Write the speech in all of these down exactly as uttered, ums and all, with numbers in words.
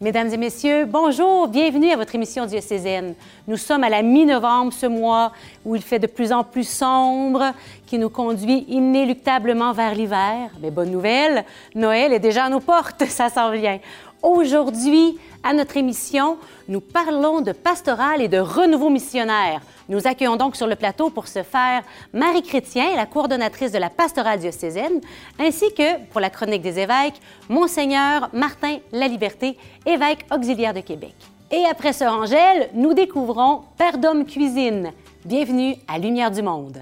Mesdames et messieurs, bonjour, bienvenue à votre émission diocésaine. Nous sommes à la mi-novembre, ce mois où il fait de plus en plus sombre, qui nous conduit inéluctablement vers l'hiver. Mais bonne nouvelle, Noël est déjà à nos portes, ça s'en vient. Aujourd'hui, à notre émission, nous parlons de pastoral et de renouveau missionnaire. Nous accueillons donc sur le plateau pour ce faire Marie Chrétien, la coordonnatrice de la pastorale diocésaine, ainsi que, pour la chronique des évêques, Monseigneur Martin Laliberté, évêque auxiliaire de Québec. Et après ce Angèle, nous découvrons Père d'Homme Cuisine. Bienvenue à Lumière du Monde.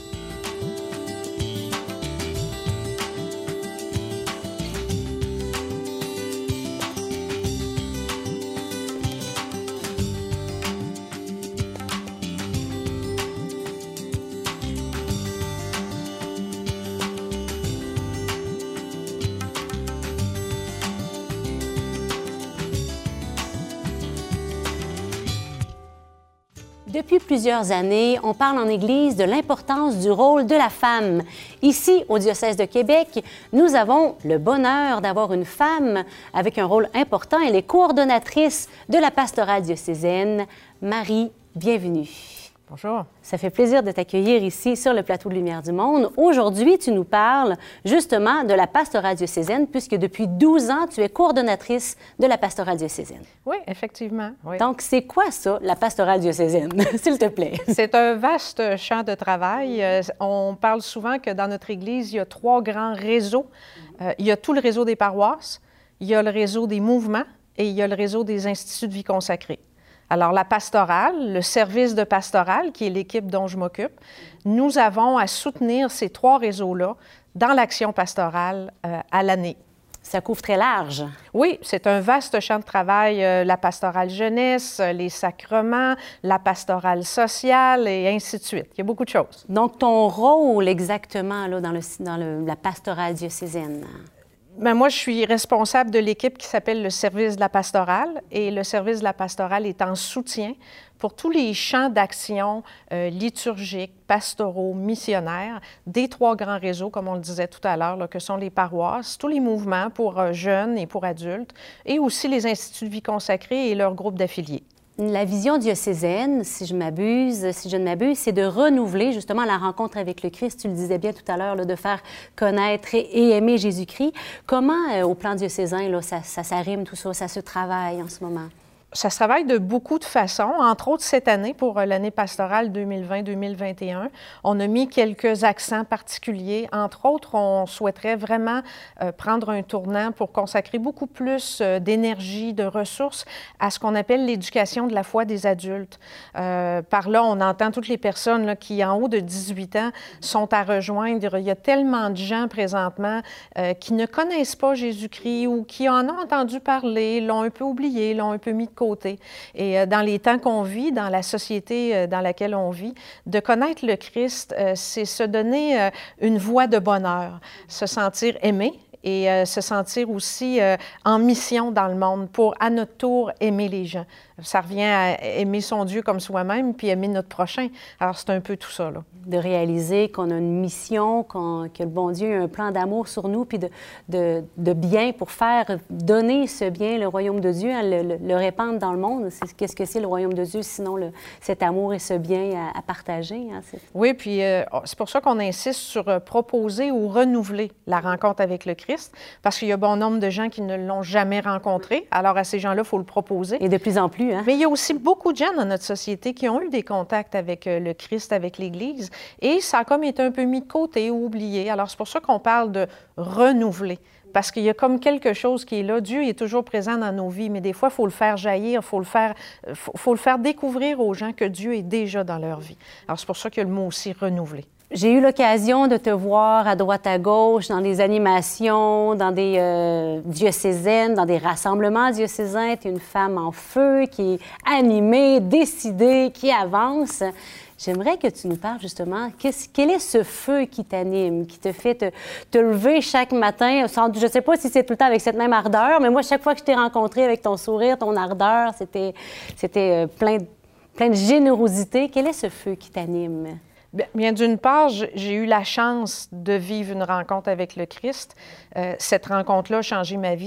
Depuis plusieurs années, on parle en Église de l'importance du rôle de la femme. Ici, au diocèse de Québec, nous avons le bonheur d'avoir une femme avec un rôle important. Elle est coordonnatrice de la pastorale diocésaine. Marie, bienvenue. Bonjour. Ça fait plaisir de t'accueillir ici sur le plateau de Lumière du Monde. Aujourd'hui, tu nous parles justement de la pastorale diocésaine, puisque depuis douze ans, tu es coordonnatrice de la pastorale diocésaine. Oui, effectivement. Oui. Donc, c'est quoi ça, la pastorale diocésaine, s'il te plaît? C'est un vaste champ de travail. On parle souvent que dans notre Église, il y a trois grands réseaux. Il y a tout le réseau des paroisses, il y a le réseau des mouvements et il y a le réseau des instituts de vie consacrée. Alors, la pastorale, le service de pastorale, qui est l'équipe dont je m'occupe, nous avons à soutenir ces trois réseaux-là dans l'action pastorale euh, à l'année. Ça couvre très large. Oui, c'est un vaste champ de travail, euh, la pastorale jeunesse, les sacrements, la pastorale sociale et ainsi de suite. Il y a beaucoup de choses. Donc, ton rôle exactement là, dans, le, dans le, la pastorale diocésaine? Bien, moi, je suis responsable de l'équipe qui s'appelle le service de la pastorale et le service de la pastorale est en soutien pour tous les champs d'action euh, liturgiques, pastoraux, missionnaires des trois grands réseaux, comme on le disait tout à l'heure, là, que sont les paroisses, tous les mouvements pour euh, jeunes et pour adultes et aussi les instituts de vie consacrée et leurs groupes d'affiliés. La vision diocésaine, si je m'abuse, si je ne m'abuse, c'est de renouveler justement la rencontre avec le Christ. Tu le disais bien tout à l'heure, là, de faire connaître et aimer Jésus-Christ. Comment, euh, au plan diocésain, là, ça, ça s'arrime tout ça, ça se travaille en ce moment? Ça se travaille de beaucoup de façons. Entre autres, cette année, pour l'année pastorale deux mille vingt deux mille vingt et un, on a mis quelques accents particuliers. Entre autres, on souhaiterait vraiment euh, prendre un tournant pour consacrer beaucoup plus euh, d'énergie, de ressources à ce qu'on appelle l'éducation de la foi des adultes. Euh, par là, on entend toutes les personnes là, qui, en haut de dix-huit ans, sont à rejoindre. Il y a tellement de gens présentement euh, qui ne connaissent pas Jésus-Christ ou qui en ont entendu parler, l'ont un peu oublié, l'ont un peu mis de côté. Côté. Et euh, dans les temps qu'on vit, dans la société euh, dans laquelle on vit, de connaître le Christ, euh, c'est se donner euh, une voie de bonheur, se sentir aimé et euh, se sentir aussi euh, en mission dans le monde pour, à notre tour, aimer les gens. Ça revient à aimer son Dieu comme soi-même puis aimer notre prochain. Alors, c'est un peu tout ça, là. De réaliser qu'on a une mission, qu'on, que le bon Dieu a un plan d'amour sur nous, puis de, de, de bien pour faire donner ce bien, le royaume de Dieu, hein, le, le, le répandre dans le monde. C'est, qu'est-ce que c'est le royaume de Dieu, sinon le, cet amour et ce bien à, à partager? Hein, c'est... Oui, puis euh, c'est pour ça qu'on insiste sur euh, proposer ou renouveler la rencontre avec le Christ, parce qu'il y a bon nombre de gens qui ne l'ont jamais rencontré. Alors, à ces gens-là, il faut le proposer. Et de plus en plus, hein? Mais il y a aussi beaucoup de gens dans notre société qui ont eu des contacts avec euh, le Christ, avec l'Église, et ça a comme été un peu mis de côté ou oublié. Alors, c'est pour ça qu'on parle de renouveler, parce qu'il y a comme quelque chose qui est là. Dieu est toujours présent dans nos vies, mais des fois, il faut le faire jaillir, il faut le faire, faut, faut le faire découvrir aux gens que Dieu est déjà dans leur vie. Alors, c'est pour ça qu'il y a le mot aussi « renouveler ». J'ai eu l'occasion de te voir à droite à gauche dans des animations, dans des euh, diocésaines, dans des rassemblements diocésains. Tu es une femme en feu qui est animée, décidée, qui avance. J'aimerais que tu nous parles justement, quel est ce feu qui t'anime, qui te fait te, te lever chaque matin? Je ne sais pas si c'est tout le temps avec cette même ardeur, mais moi, chaque fois que je t'ai rencontré avec ton sourire, ton ardeur, c'était, c'était plein, plein de générosité. Quel est ce feu qui t'anime? Bien, d'une part, j'ai eu la chance de vivre une rencontre avec le Christ. Euh, cette rencontre-là a changé ma vie.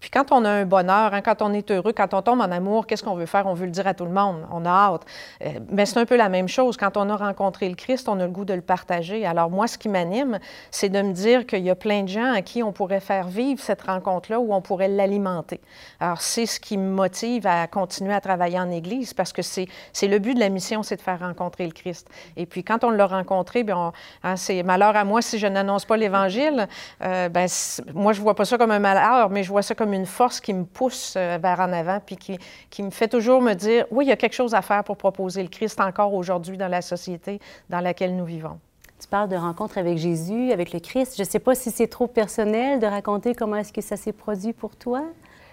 Puis quand on a un bonheur, hein, quand on est heureux, quand on tombe en amour, qu'est-ce qu'on veut faire? On veut le dire à tout le monde. On a hâte. Euh, mais c'est un peu la même chose. Quand on a rencontré le Christ, on a le goût de le partager. Alors moi, ce qui m'anime, c'est de me dire qu'il y a plein de gens à qui on pourrait faire vivre cette rencontre-là, où on pourrait l'alimenter. Alors c'est ce qui me motive à continuer à travailler en Église, parce que c'est, c'est le but de la mission, c'est de faire rencontrer le Christ. Et puis quand on l'a rencontré, bien, on, hein, c'est malheur à moi si je n'annonce pas l'Évangile. Euh, ben, moi, je vois pas ça comme un malheur, mais je vois ça comme une force qui me pousse vers en avant, puis qui, qui me fait toujours me dire, oui, il y a quelque chose à faire pour proposer le Christ encore aujourd'hui dans la société dans laquelle nous vivons. Tu parles de rencontre avec Jésus, avec le Christ. Je ne sais pas si c'est trop personnel de raconter comment est-ce que ça s'est produit pour toi.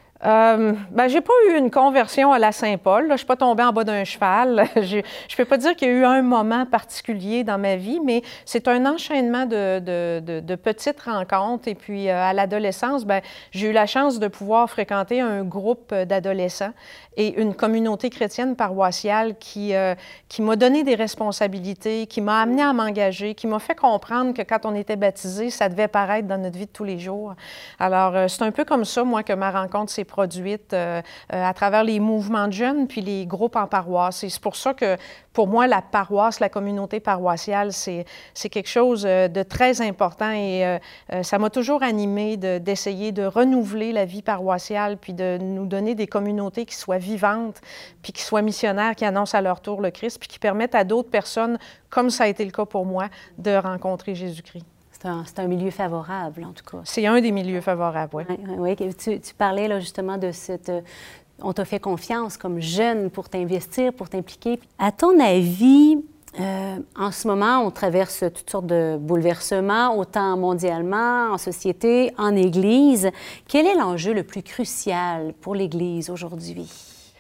Euh, ben, j'ai pas eu une conversion à la Saint-Paul. Là. Je suis pas tombée en bas d'un cheval. je je peux pas dire qu'il y a eu un moment particulier dans ma vie, mais c'est un enchaînement de, de, de, de petites rencontres. Et puis, euh, à l'adolescence, ben, j'ai eu la chance de pouvoir fréquenter un groupe d'adolescents et une communauté chrétienne paroissiale qui, euh, qui m'a donné des responsabilités, qui m'a amené à m'engager, qui m'a fait comprendre que quand on était baptisé, ça devait paraître dans notre vie de tous les jours. Alors, euh, c'est un peu comme ça, moi, que ma rencontre s'est produite euh, euh, à travers les mouvements de jeunes puis les groupes en paroisse. Et c'est pour ça que, pour moi, la paroisse, la communauté paroissiale, c'est, c'est quelque chose de très important et euh, euh, ça m'a toujours animée de, d'essayer de renouveler la vie paroissiale puis de nous donner des communautés qui soient vivantes puis qui soient missionnaires, qui annoncent à leur tour le Christ puis qui permettent à d'autres personnes, comme ça a été le cas pour moi, de rencontrer Jésus-Christ. C'est un, c'est un milieu favorable, en tout cas. C'est un des milieux favorables, oui. Oui, oui, oui. Tu, tu parlais là, justement de cette... On t'a fait confiance comme jeune pour t'investir, pour t'impliquer. À ton avis, euh, en ce moment, on traverse toutes sortes de bouleversements, autant mondialement, en société, en Église. Quel est l'enjeu le plus crucial pour l'Église aujourd'hui?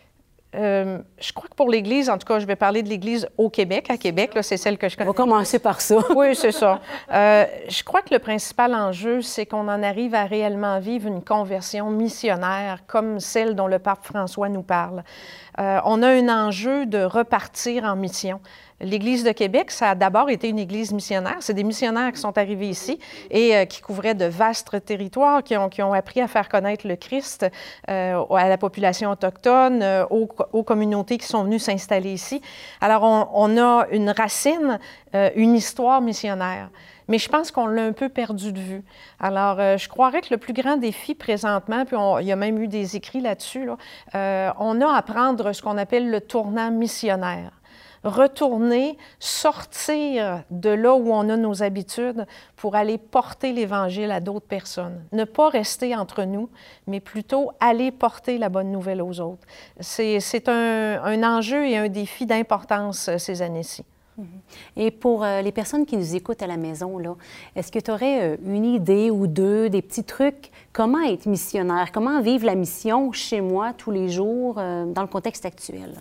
Euh, je crois que pour l'Église, en tout cas, je vais parler de l'Église au Québec. À Québec, là, c'est celle que je connais. On va commencer par ça. Oui, c'est ça. Euh, je crois que le principal enjeu, c'est qu'on en arrive à réellement vivre une conversion missionnaire comme celle dont le pape François nous parle. Euh, on a un enjeu de repartir en mission. L'Église de Québec, ça a d'abord été une Église missionnaire. C'est des missionnaires qui sont arrivés ici et euh, qui couvraient de vastes territoires, qui ont, qui ont appris à faire connaître le Christ euh, à la population autochtone, euh, aux, aux communautés qui sont venues s'installer ici. Alors, on, on a une racine, euh, une histoire missionnaire. Mais je pense qu'on l'a un peu perdu de vue. Alors, euh, je croirais que le plus grand défi présentement, puis on, il y a même eu des écrits là-dessus, là, euh, on a à prendre ce qu'on appelle le tournant missionnaire. Retourner, sortir de là où on a nos habitudes pour aller porter l'Évangile à d'autres personnes. Ne pas rester entre nous, mais plutôt aller porter la bonne nouvelle aux autres. C'est, c'est un, un enjeu et un défi d'importance ces années-ci. Et pour euh, les personnes qui nous écoutent à la maison, là, est-ce que tu aurais euh, une idée ou deux, des petits trucs, comment être missionnaire, comment vivre la mission chez moi tous les jours euh, dans le contexte actuel?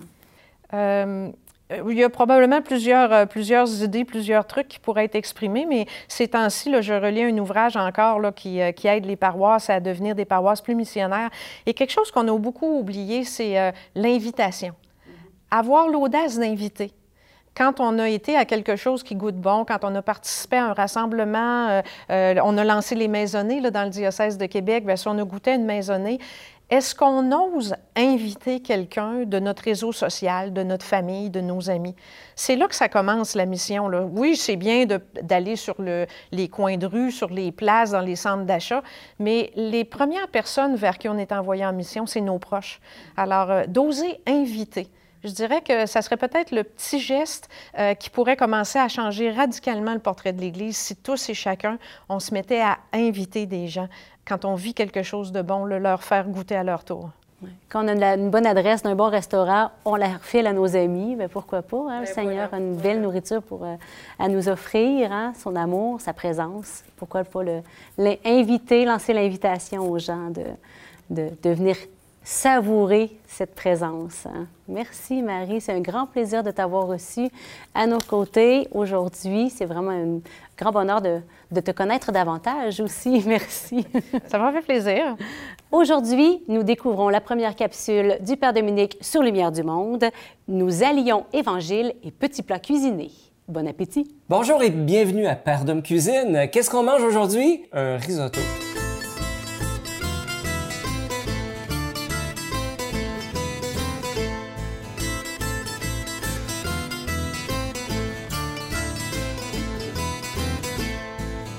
Euh, il y a probablement plusieurs, euh, plusieurs idées, plusieurs trucs qui pourraient être exprimés, mais ces temps-ci, là, je relis un ouvrage encore là, qui, euh, qui aide les paroisses à devenir des paroisses plus missionnaires. Et quelque chose qu'on a beaucoup oublié, c'est euh, l'invitation. Avoir l'audace d'inviter. Quand on a été à quelque chose qui goûte bon, quand on a participé à un rassemblement, euh, euh, on a lancé les maisonnées là, dans le diocèse de Québec, bien, si on a goûté à une maisonnée, est-ce qu'on ose inviter quelqu'un de notre réseau social, de notre famille, de nos amis? C'est là que ça commence, la mission, là. Oui, c'est bien de, d'aller sur le, les coins de rue, sur les places, dans les centres d'achat, mais les premières personnes vers qui on est envoyé en mission, c'est nos proches. Alors, euh, d'oser inviter. Je dirais que ça serait peut-être le petit geste euh, qui pourrait commencer à changer radicalement le portrait de l'Église si tous et chacun, on se mettait à inviter des gens quand on vit quelque chose de bon, le leur faire goûter à leur tour. Ouais. Quand on a une bonne adresse d'un bon restaurant, on la refile à nos amis, bien, pourquoi pas? Hein? Le Seigneur a une belle nourriture pour, euh, à nous offrir, hein? Son amour, sa présence. Pourquoi pas le, l'inviter, lancer l'invitation aux gens de, de, de venir savourer cette présence. Hein? Merci, Marie. C'est un grand plaisir de t'avoir reçu à nos côtés aujourd'hui. C'est vraiment un grand bonheur de, de te connaître davantage aussi. Merci. Ça m'a fait plaisir. Aujourd'hui, nous découvrons la première capsule du Père Dominique sur Lumière du Monde. Nous allions Évangile et petits plats cuisinés. Bon appétit! Bonjour et bienvenue à Père Dom Cuisine. Qu'est-ce qu'on mange aujourd'hui? Un risotto.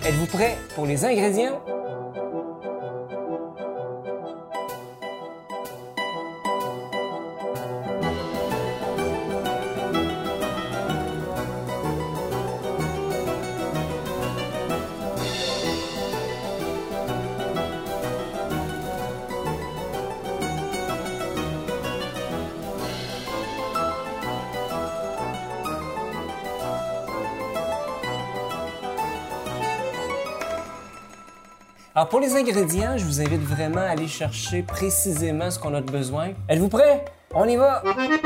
êtes-vous prêts pour les ingrédients? Alors pour les ingrédients, je vous invite vraiment à aller chercher précisément ce qu'on a de besoin. Êtes-vous prêts? On y va!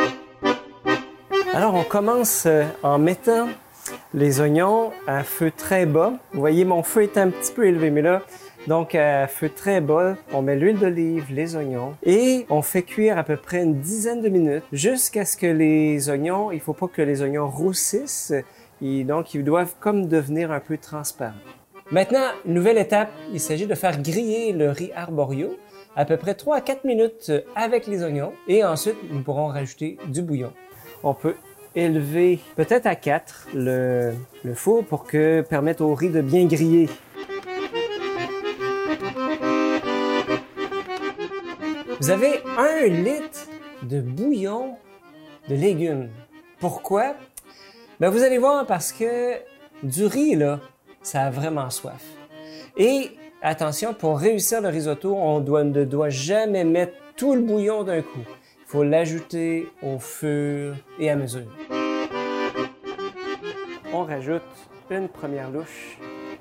Alors on commence en mettant les oignons à feu très bas. Vous voyez, mon feu est un petit peu élevé, mais là, donc à feu très bas, on met l'huile d'olive, les oignons et on fait cuire à peu près une dizaine de minutes jusqu'à ce que les oignons, il ne faut pas que les oignons roussissent, et donc ils doivent comme devenir un peu transparents. Maintenant, nouvelle étape, il s'agit de faire griller le riz arborio à peu près trois à quatre minutes avec les oignons et ensuite nous pourrons rajouter du bouillon. On peut élever peut-être à quatre le, le four pour que permettre au riz de bien griller. Vous avez un litre de bouillon de légumes. Pourquoi? Ben, vous allez voir parce que du riz, là, ça a vraiment soif. Et attention, pour réussir le risotto, on doit, ne doit jamais mettre tout le bouillon d'un coup. Il faut l'ajouter au fur et à mesure. On rajoute une première louche.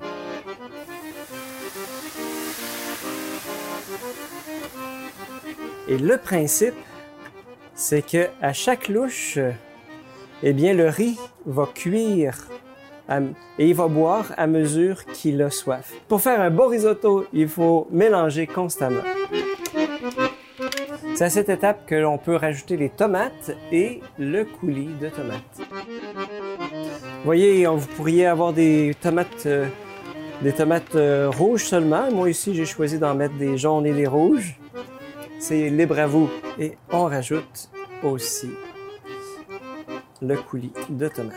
Et le principe, c'est que à chaque louche, eh bien, le riz va cuire et il va boire à mesure qu'il a soif. Pour faire un bon risotto, il faut mélanger constamment. C'est à cette étape que l'on peut rajouter les tomates et le coulis de tomates. Vous voyez, vous pourriez avoir des tomates, euh, des tomates euh, rouges seulement. Moi ici, j'ai choisi d'en mettre des jaunes et des rouges. C'est libre à vous. Et on rajoute aussi le coulis de tomates.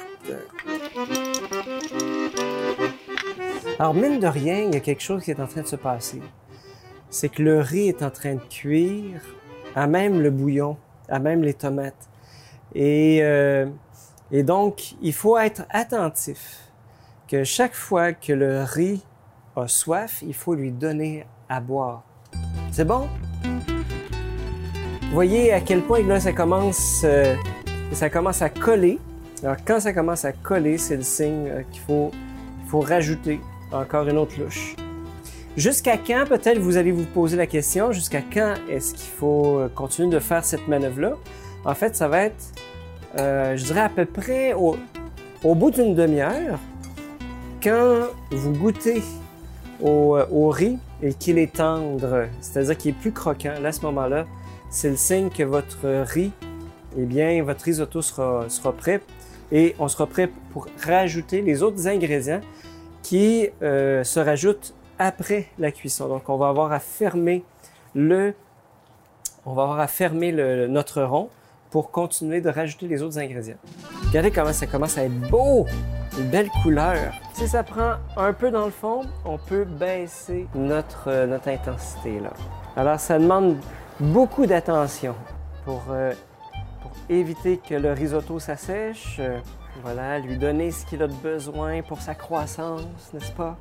Alors, mine de rien, il y a quelque chose qui est en train de se passer. C'est que le riz est en train de cuire, à même le bouillon, à même les tomates. Et, euh, et donc, il faut être attentif que chaque fois que le riz a soif, il faut lui donner à boire. C'est bon? Vous voyez à quel point là, ça commence, euh, ça commence à coller. Alors, quand ça commence à coller, c'est le signe euh, qu'il faut, il faut rajouter encore une autre louche. Jusqu'à quand, peut-être, vous allez vous poser la question, jusqu'à quand est-ce qu'il faut continuer de faire cette manœuvre-là? En fait, ça va être, euh, je dirais à peu près au, au bout d'une demi-heure, quand vous goûtez au, au riz et qu'il est tendre, c'est-à-dire qu'il est plus croquant, là, à ce moment-là, c'est le signe que votre riz, eh bien, votre risotto sera, sera prêt et on sera prêt pour rajouter les autres ingrédients qui euh, se rajoutent après la cuisson. Donc, on va avoir à fermer le, on va avoir à fermer le, notre rond pour continuer de rajouter les autres ingrédients. Regardez comment ça commence à être beau! Une belle couleur. Si ça prend un peu dans le fond, on peut baisser notre, euh, notre intensité, là. Alors, ça demande beaucoup d'attention pour, euh, pour éviter que le risotto s'assèche. Euh, voilà, lui donner ce qu'il a de besoin pour sa croissance, n'est-ce pas?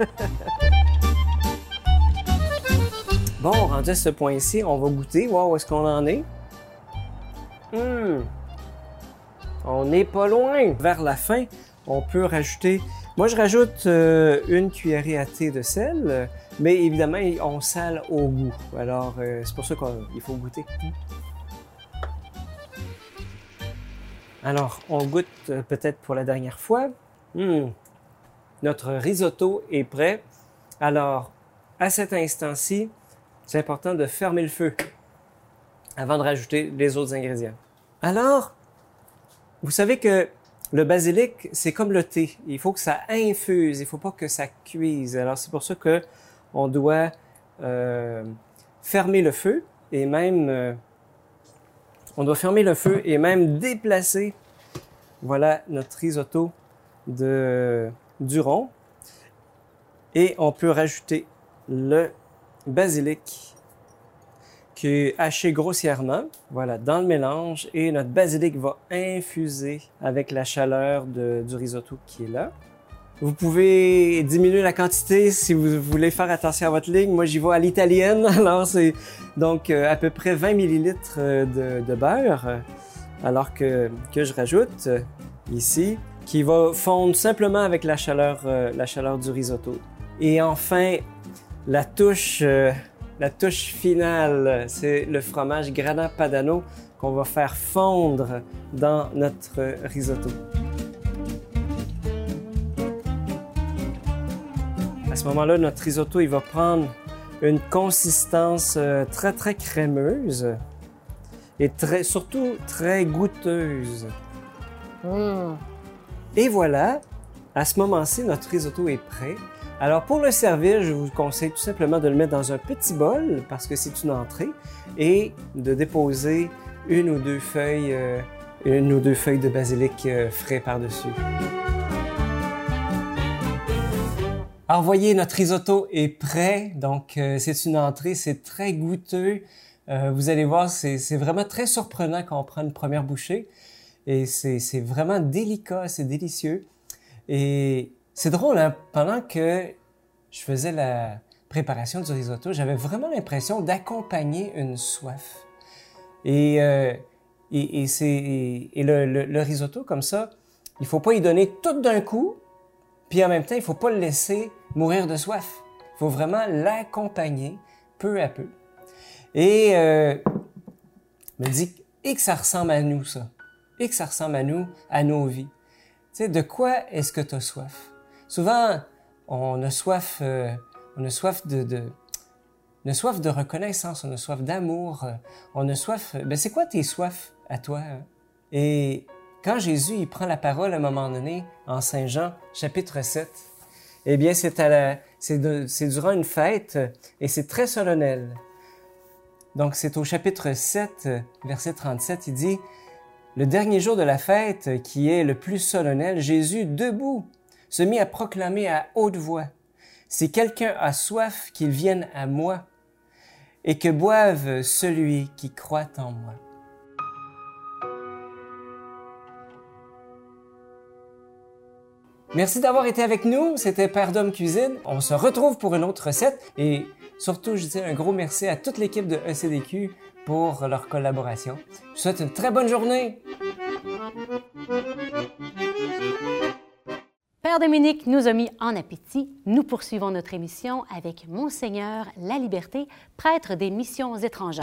Bon, rendu à ce point-ci, on va goûter, voir où est-ce qu'on en est. Hum! On n'est pas loin! Vers la fin, on peut rajouter... Moi, je rajoute euh, une cuillerée à thé de sel, mais évidemment, on sale au goût. Alors, euh, c'est pour ça qu'il faut goûter. Alors, on goûte euh, peut-être pour la dernière fois. Hum. Notre risotto est prêt. Alors, à cet instant-ci, c'est important de fermer le feu avant de rajouter les autres ingrédients. Alors, vous savez que le basilic, c'est comme le thé. Il faut que ça infuse, il ne faut pas que ça cuise. Alors, c'est pour ça que on doit euh, fermer le feu et même... Euh, on doit fermer le feu et même déplacer, voilà, notre risotto de, du rond. Et on peut rajouter le basilic qui est haché grossièrement, voilà, dans le mélange. Et notre basilic va infuser avec la chaleur de, du risotto qui est là. Vous pouvez diminuer la quantité si vous voulez faire attention à votre ligne. Moi, j'y vais à l'italienne. Alors, c'est donc euh, à peu près vingt millilitres de, de beurre. Alors que, que je rajoute euh, ici, qui va fondre simplement avec la chaleur, euh, la chaleur du risotto. Et enfin, la touche, euh, la touche finale, c'est le fromage Grana Padano qu'on va faire fondre dans notre risotto. À ce moment-là, notre risotto, il va prendre une consistance euh, très, très crémeuse et très, surtout très goûteuse. Mmh. Et voilà, à ce moment-ci, notre risotto est prêt. Alors, pour le servir, je vous conseille tout simplement de le mettre dans un petit bol, parce que c'est une entrée, et de déposer une ou deux feuilles, euh, une ou deux feuilles de basilic euh, frais par-dessus. Alors, voyez, notre risotto est prêt. Donc, euh, c'est une entrée, c'est très goûteux. Euh, vous allez voir, c'est vraiment très surprenant quand on prend une première bouchée. Et c'est vraiment délicat, c'est délicieux. Et c'est drôle, hein? Pendant que je faisais la préparation du risotto, j'avais vraiment l'impression d'accompagner une soif. Et, euh, et, et, et, et le, le, le risotto, comme ça, il ne faut pas y donner tout d'un coup. Puis en même temps, il ne faut pas le laisser mourir de soif. Il faut vraiment l'accompagner peu à peu. Et euh, me dit, et que ça ressemble à nous, ça. Et que ça ressemble à nous, à nos vies. Tu sais, de quoi est-ce que tu as soif? Souvent, on a soif, euh, on a soif de, de, on a soif de reconnaissance, on a soif d'amour, euh, on a soif... Ben, c'est quoi tes soifs à toi? Hein? Et quand Jésus, il prend la parole à un moment donné, en Saint Jean, chapitre sept, eh bien, c'est c'est durant une fête et c'est très solennel. Donc, c'est au chapitre sept, verset trente-sept, il dit « Le dernier jour de la fête, qui est le plus solennel, Jésus, debout, se mit à proclamer à haute voix « Si quelqu'un a soif, qu'il vienne à moi, et que boive celui qui croit en moi. » Merci d'avoir été avec nous. C'était Père Dom Cuisine. On se retrouve pour une autre recette et surtout, je dis un gros merci à toute l'équipe de E C D Q pour leur collaboration. Je vous souhaite une très bonne journée. Père Dominique nous a mis en appétit. Nous poursuivons notre émission avec Monseigneur Laliberté, prêtre des missions étrangères.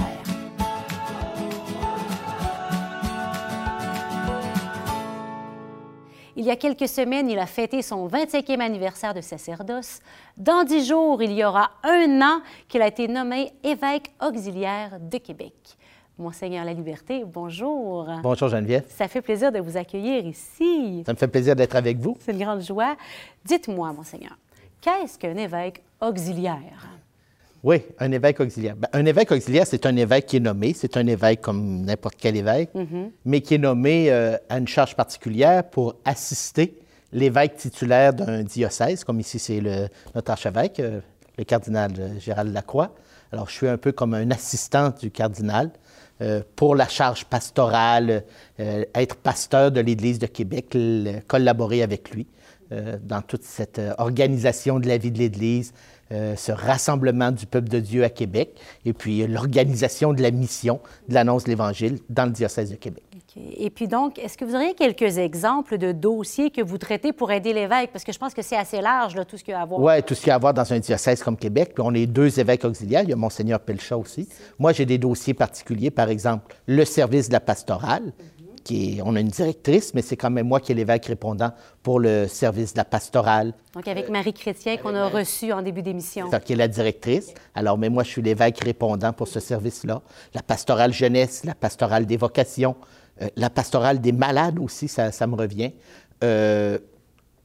Il y a quelques semaines, il a fêté son vingt-cinquième anniversaire de sacerdoce. Dans dix jours, il y aura un an qu'il a été nommé évêque auxiliaire de Québec. Monseigneur Laliberté, bonjour. Bonjour Geneviève. Ça fait plaisir de vous accueillir ici. Ça me fait plaisir d'être avec vous. C'est une grande joie. Dites-moi, Monseigneur, qu'est-ce qu'un évêque auxiliaire? Oui, un évêque auxiliaire. Bien, un évêque auxiliaire, c'est un évêque qui est nommé. C'est un évêque comme n'importe quel évêque, mm-hmm. mais qui est nommé euh, à une charge particulière pour assister l'évêque titulaire d'un diocèse, comme ici c'est le, notre archevêque, euh, le cardinal euh, Gérald Lacroix. Alors, je suis un peu comme un assistant du cardinal euh, pour la charge pastorale, euh, être pasteur de l'Église de Québec, le, collaborer avec lui euh, dans toute cette euh, organisation de la vie de l'Église, Euh, ce rassemblement du peuple de Dieu à Québec, et puis euh, l'organisation de la mission de l'annonce de l'Évangile dans le diocèse de Québec. Okay. Et puis donc, est-ce que vous auriez quelques exemples de dossiers que vous traitez pour aider l'évêque? Parce que je pense que c'est assez large, là, tout ce qu'il y a à voir. Oui, tout ce qu'il y a à voir dans un diocèse comme Québec. Puis on est deux évêques auxiliaires. Il y a Monseigneur Pelchat aussi. Moi, j'ai des dossiers particuliers, par exemple, le service de la pastorale. Qui est, on a une directrice, mais c'est quand même moi qui est l'évêque répondant pour le service de la pastorale. Donc, avec Marie Chrétien, qu'on a reçu en début d'émission. Qui est la directrice. Alors, mais moi, je suis l'évêque répondant pour ce service-là. La pastorale jeunesse, la pastorale des vocations, euh, la pastorale des malades aussi, ça, ça me revient. Euh,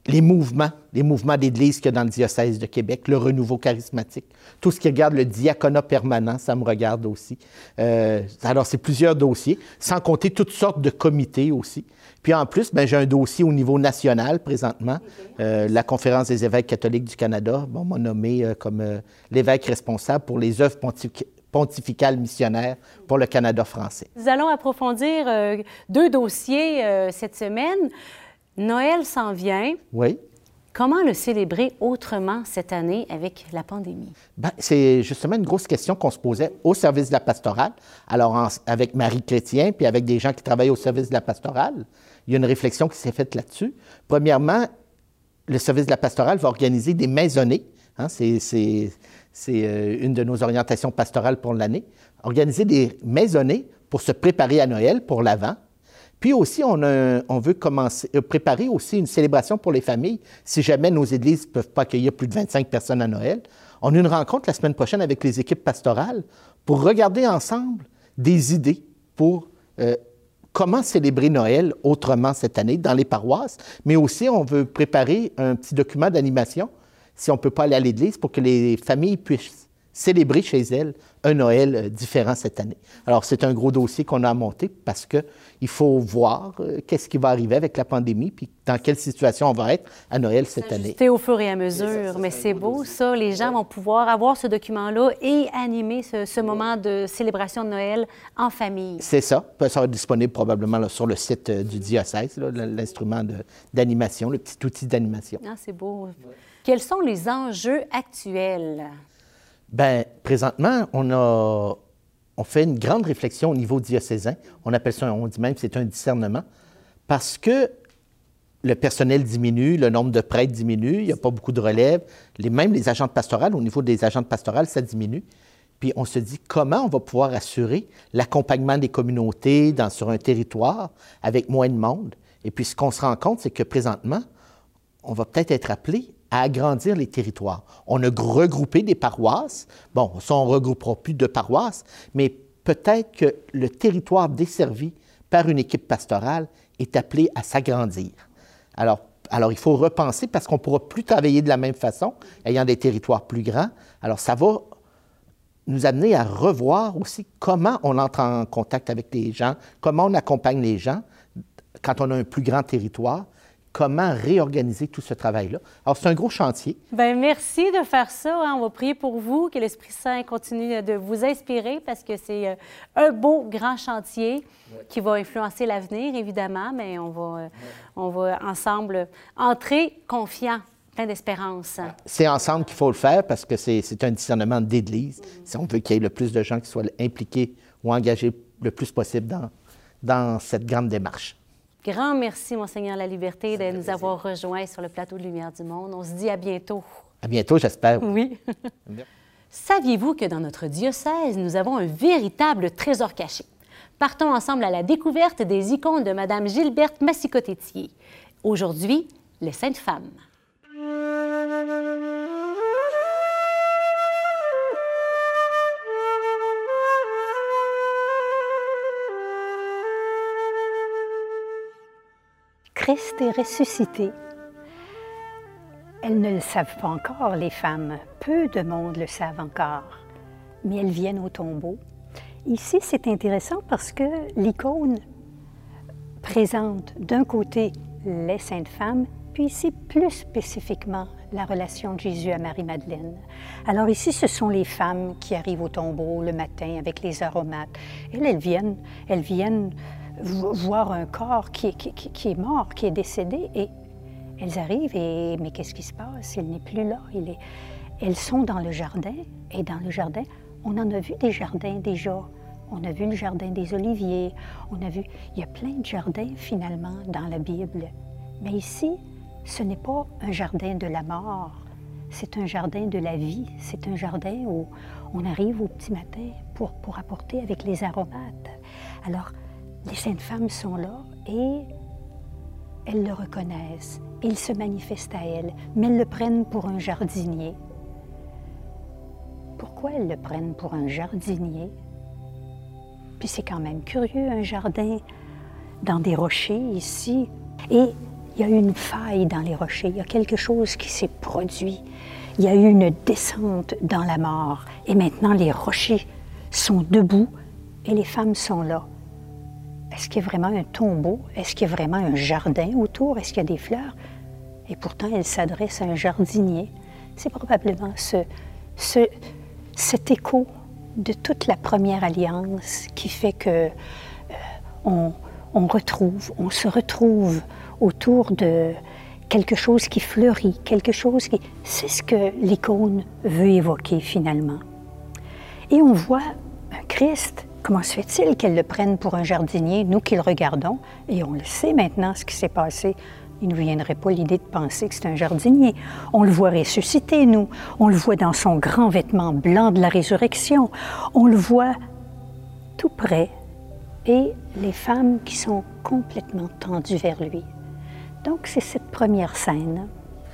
les mouvements, les mouvements d'Église qu'il y a dans le diocèse de Québec, le renouveau charismatique, tout ce qui regarde le diaconat permanent, ça me regarde aussi. Euh, alors, c'est plusieurs dossiers, sans compter toutes sortes de comités aussi. Puis en plus, ben, j'ai un dossier au niveau national présentement. Euh, la Conférence des évêques catholiques du Canada bon, m'a nommé euh, comme euh, l'évêque responsable pour les œuvres pontificales pontificale missionnaire pour le Canada français. Nous allons approfondir euh, deux dossiers euh, cette semaine. Noël s'en vient. Oui. Comment le célébrer autrement cette année avec la pandémie? Bien, c'est justement une grosse question qu'on se posait au service de la pastorale. Alors, en, avec Marie Chrétien, puis avec des gens qui travaillent au service de la pastorale, il y a une réflexion qui s'est faite là-dessus. Premièrement, le service de la pastorale va organiser des maisonnées. Hein, c'est... c'est C'est euh, une de nos orientations pastorales pour l'année. Organiser des maisonnées pour se préparer à Noël, pour l'Avent. Puis aussi, on, a, on veut commencer, euh, préparer aussi une célébration pour les familles. Si jamais nos églises ne peuvent pas accueillir plus de vingt-cinq personnes à Noël, on a une rencontre la semaine prochaine avec les équipes pastorales pour regarder ensemble des idées pour euh, comment célébrer Noël autrement cette année dans les paroisses. Mais aussi, on veut préparer un petit document d'animation si on ne peut pas aller à l'Église, pour que les familles puissent célébrer chez elles un Noël différent cette année. Alors, c'est un gros dossier qu'on a à monter parce qu'il faut voir euh, qu'est-ce qui va arriver avec la pandémie, puis dans quelle situation on va être à Noël cette année. C'est au fur et à mesure, ça, ça, mais c'est beau dossier. Ça. Les gens ouais. vont pouvoir avoir ce document-là et animer ce, ce moment de célébration de Noël en famille. C'est ça. Ça sera disponible probablement là, sur le site euh, du diocèse, là, l'instrument d'animation, le petit outil d'animation. Ah, c'est beau. Ouais. Quels sont les enjeux actuels? Bien, présentement, on a on fait une grande réflexion au niveau diocésain. On appelle ça, on dit même que c'est un discernement, parce que le personnel diminue, le nombre de prêtres diminue, il n'y a pas beaucoup de relève. Les, même les agentes pastorales, au niveau des agentes pastorales, ça diminue. Puis on se dit comment on va pouvoir assurer l'accompagnement des communautés dans, sur un territoire avec moins de monde. Et puis ce qu'on se rend compte, c'est que présentement, on va peut-être être appelé à agrandir les territoires. On a regroupé des paroisses. Bon, ça, on ne regroupera plus de paroisses, mais peut-être que le territoire desservi par une équipe pastorale est appelé à s'agrandir. Alors, alors, il faut repenser parce qu'on ne pourra plus travailler de la même façon, ayant des territoires plus grands. Alors, ça va nous amener à revoir aussi comment on entre en contact avec les gens, comment on accompagne les gens quand on a un plus grand territoire. Comment réorganiser tout ce travail-là. Alors, c'est un gros chantier. Bien, merci de faire ça. Hein. On va prier pour vous, que l'Esprit Saint continue de vous inspirer parce que c'est un beau, grand chantier ouais. qui va influencer l'avenir, évidemment, mais on va, ouais. on va ensemble entrer confiants, plein d'espérance. C'est ensemble qu'il faut le faire parce que c'est un discernement d'Église. Mm-hmm. Si on veut qu'il y ait le plus de gens qui soient impliqués ou engagés le plus possible dans, dans cette grande démarche. Grand merci, Monseigneur La Liberté, de nous avoir rejoints sur le plateau de Lumière du Monde. On se dit à bientôt. À bientôt, j'espère. Oui. Saviez-vous que dans notre diocèse, nous avons un véritable trésor caché? Partons ensemble à la découverte des icônes de Mme Gilberte Massicotte-Étier. Aujourd'hui, les Saintes Femmes. Christ est ressuscité. Elles ne le savent pas encore, les femmes. Peu de monde le savent encore. Mais elles viennent au tombeau. Ici, c'est intéressant parce que l'icône présente d'un côté les saintes femmes, puis ici, plus spécifiquement, la relation de Jésus à Marie-Madeleine. Alors ici, ce sont les femmes qui arrivent au tombeau le matin avec les aromates. Elles, elles viennent, elles viennent voir un corps qui est, qui, qui est mort, qui est décédé, et elles arrivent et mais qu'est-ce qui se passe? Il n'est plus là. Il est... Elles sont dans le jardin, et dans le jardin, on en a vu des jardins déjà. On a vu le jardin des Oliviers, on a vu... Il y a plein de jardins, finalement, dans la Bible. Mais ici, ce n'est pas un jardin de la mort, c'est un jardin de la vie. C'est un jardin où on arrive au petit matin pour, pour apporter avec les aromates. Alors, les saintes femmes sont là et elles le reconnaissent. Il se manifeste à elles, mais elles le prennent pour un jardinier. Pourquoi elles le prennent pour un jardinier? Puis c'est quand même curieux, un jardin dans des rochers ici. Et il y a eu une faille dans les rochers, il y a quelque chose qui s'est produit. Il y a eu une descente dans la mort. Et maintenant, les rochers sont debout et les femmes sont là. Est-ce qu'il y a vraiment un tombeau? Est-ce qu'il y a vraiment un jardin autour? Est-ce qu'il y a des fleurs? Et pourtant, elle s'adresse à un jardinier. C'est probablement ce, ce, cet écho de toute la première alliance qui fait que euh, on, on retrouve, on se retrouve autour de quelque chose qui fleurit, quelque chose qui... C'est ce que l'icône veut évoquer finalement. Et on voit un Christ. Comment se fait-il qu'elle le prenne pour un jardinier, nous qui le regardons, et on le sait maintenant ce qui s'est passé. Il ne nous viendrait pas l'idée de penser que c'est un jardinier. On le voit ressusciter, nous. On le voit dans son grand vêtement blanc de la résurrection. On le voit tout près. Et les femmes qui sont complètement tendues vers lui. Donc, c'est cette première scène.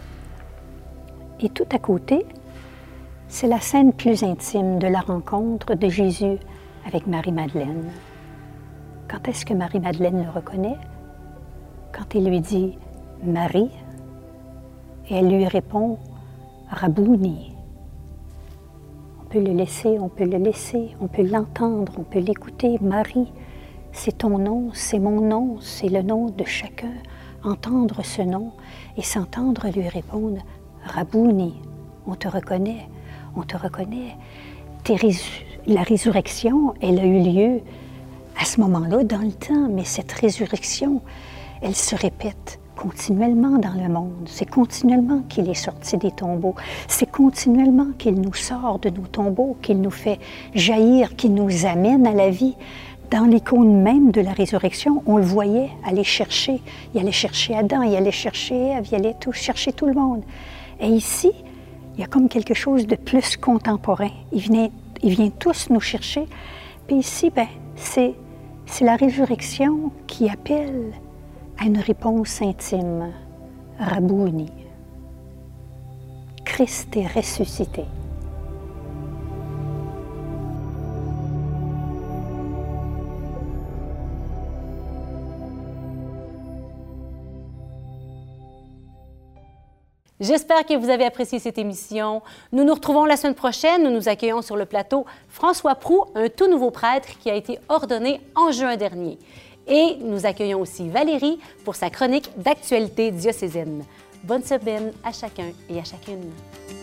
Et tout à côté, c'est la scène plus intime de la rencontre de Jésus avec Marie-Madeleine. Quand est-ce que Marie-Madeleine le reconnaît? Quand il lui dit « Marie », et elle lui répond « Rabouni ». On peut le laisser, on peut le laisser, on peut l'entendre, on peut l'écouter. « Marie », c'est ton nom, c'est mon nom, c'est le nom de chacun. Entendre ce nom et s'entendre lui répondre « Rabouni », on te reconnaît, on te reconnaît. Tes résur- la résurrection, elle a eu lieu à ce moment-là dans le temps, mais cette résurrection, elle se répète continuellement dans le monde. C'est continuellement qu'il est sorti des tombeaux. C'est continuellement qu'il nous sort de nos tombeaux, qu'il nous fait jaillir, qu'il nous amène à la vie. Dans l'icône même de la résurrection, on le voyait aller chercher. Il allait chercher Adam, il allait chercher Ève, il allait tout, chercher tout le monde. Et ici, il y a comme quelque chose de plus contemporain. Il vient, il vient tous nous chercher. Puis ici, ben, c'est, c'est la résurrection qui appelle à une réponse intime. Rabouni. Christ est ressuscité. J'espère que vous avez apprécié cette émission. Nous nous retrouvons la semaine prochaine. Nous nous accueillons sur le plateau François Proulx, un tout nouveau prêtre qui a été ordonné en juin dernier. Et nous accueillons aussi Valérie pour sa chronique d'actualité diocésaine. Bonne semaine à chacun et à chacune.